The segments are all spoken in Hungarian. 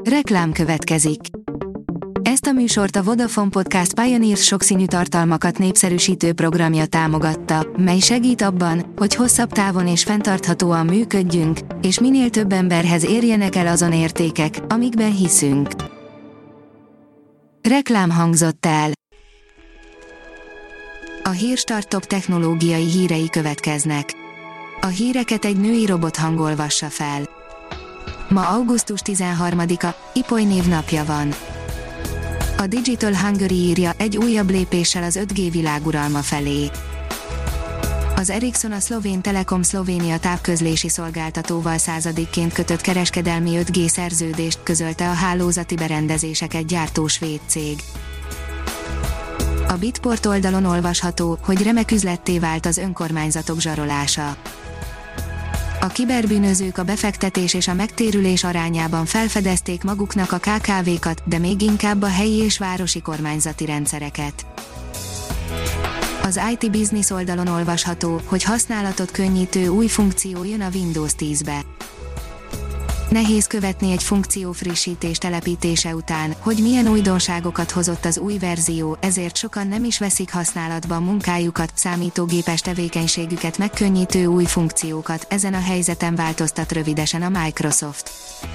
Reklám következik. Ezt a műsort a Vodafone Podcast Pioneers sokszínű tartalmakat népszerűsítő programja támogatta, mely segít abban, hogy hosszabb távon és fenntarthatóan működjünk, és minél több emberhez érjenek el azon értékek, amikben hiszünk. Reklám hangzott el. A Hírstart top technológiai hírei következnek. A híreket egy női robot olvassa fel. Ma augusztus 13-a, Ipoly névnapja van. A Digital Hungary írja, egy újabb lépéssel az 5G világuralma felé. Az Ericsson a szlovén Telekom Szlovénia távközlési szolgáltatóval századikként kötött kereskedelmi 5G szerződést, közölte a hálózati berendezéseket gyártó svéd cég. A Bitport oldalon olvasható, hogy remek üzletté vált az önkormányzatok zsarolása. A kiberbűnözők a befektetés és a megtérülés arányában felfedezték maguknak a KKV-kat, de még inkább a helyi és városi kormányzati rendszereket. Az IT Business oldalon olvasható, hogy használatot könnyítő új funkció jön a Windows 10-be. Nehéz követni egy funkció frissítés telepítése után, hogy milyen újdonságokat hozott az új verzió, ezért sokan nem is veszik használatba munkájukat, számítógépes tevékenységüket megkönnyítő új funkciókat, ezen a helyzeten változtat rövidesen a Microsoft.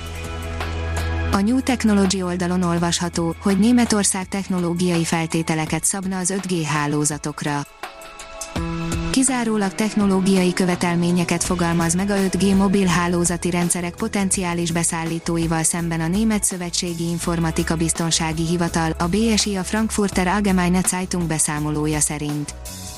A New Technology oldalon olvasható, hogy Németország technológiai feltételeket szabna az 5G hálózatokra. Kizárólag technológiai követelményeket fogalmaz meg a 5G mobil hálózati rendszerek potenciális beszállítóival szemben a Német Szövetségi Informatika Biztonsági Hivatal, a BSI a Frankfurter Allgemeine Zeitung beszámolója szerint.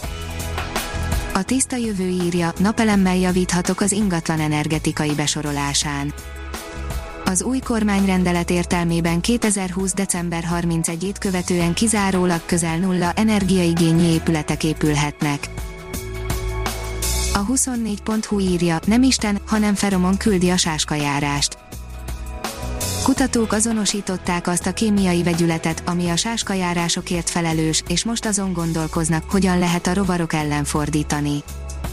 A tiszta jövő írja, napelemmel javíthatok az ingatlan energetikai besorolásán. Az új kormányrendelet értelmében 2020. december 31-ét követően kizárólag közel nulla energiaigényű épületek épülhetnek. A 24.hu írja, nem Isten, hanem Feromon küldi a sáskajárást. Kutatók azonosították azt a kémiai vegyületet, ami a sáskajárásokért felelős, és most azon gondolkoznak, hogyan lehet a rovarok ellen fordítani.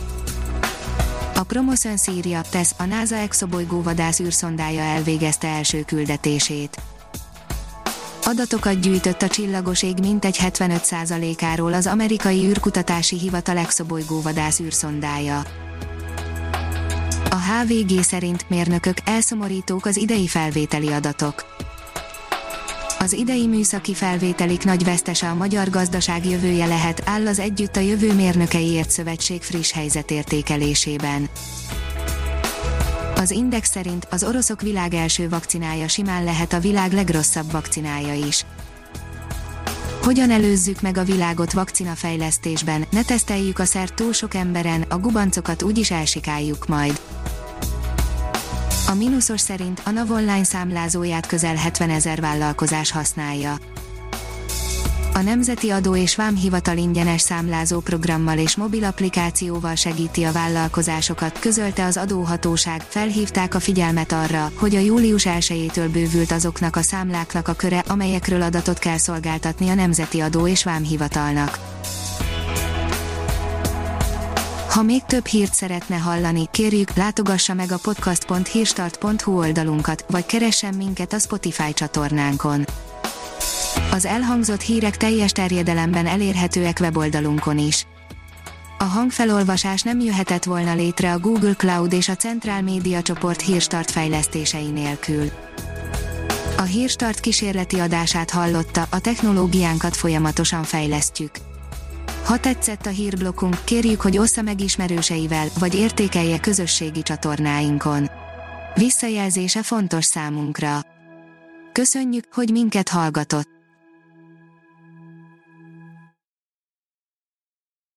A Promoszöns írja, TESZ, a NASA exobolygóvadász űrszondája elvégezte első küldetését. Adatokat gyűjtött a csillagos ég mintegy 75%-áról az amerikai űrkutatási hivatal exobolygóvadász űrszondája. A HVG szerint mérnökök elszomorítók az idei felvételi adatok. Az idei műszaki felvételik nagy vesztese a magyar gazdaság jövője lehet, áll az Együtt a Jövő Mérnökeiért Szövetség friss helyzetértékelésében. Az Index szerint az oroszok világ első vakcinája simán lehet a világ legrosszabb vakcinája is. Hogyan előzzük meg a világot vakcinafejlesztésben, ne teszteljük a szert túl sok emberen, a gubancokat úgyis elsikáljuk majd. A Minusos szerint a NAV online számlázóját közel 70 000 vállalkozás használja. A Nemzeti Adó és Vámhivatal ingyenes számlázó programmal és mobil applikációval segíti a vállalkozásokat, közölte az adóhatóság, felhívták a figyelmet arra, hogy a július 1-től bővült azoknak a számláknak a köre, amelyekről adatot kell szolgáltatni a Nemzeti Adó és Vámhivatalnak. Ha még több hírt szeretne hallani, kérjük, látogassa meg a podcast.hírstart.hu oldalunkat, vagy keressen minket a Spotify csatornánkon. Az elhangzott hírek teljes terjedelemben elérhetőek weboldalunkon is. A hangfelolvasás nem jöhetett volna létre a Google Cloud és a Centrál Média csoport Hírstart fejlesztései nélkül. A Hírstart kísérleti adását hallotta, a technológiánkat folyamatosan fejlesztjük. Ha tetszett a hírblokkunk, kérjük, hogy ossza meg ismerőseivel, vagy értékelje közösségi csatornáinkon. Visszajelzése fontos számunkra. Köszönjük, hogy minket hallgatott!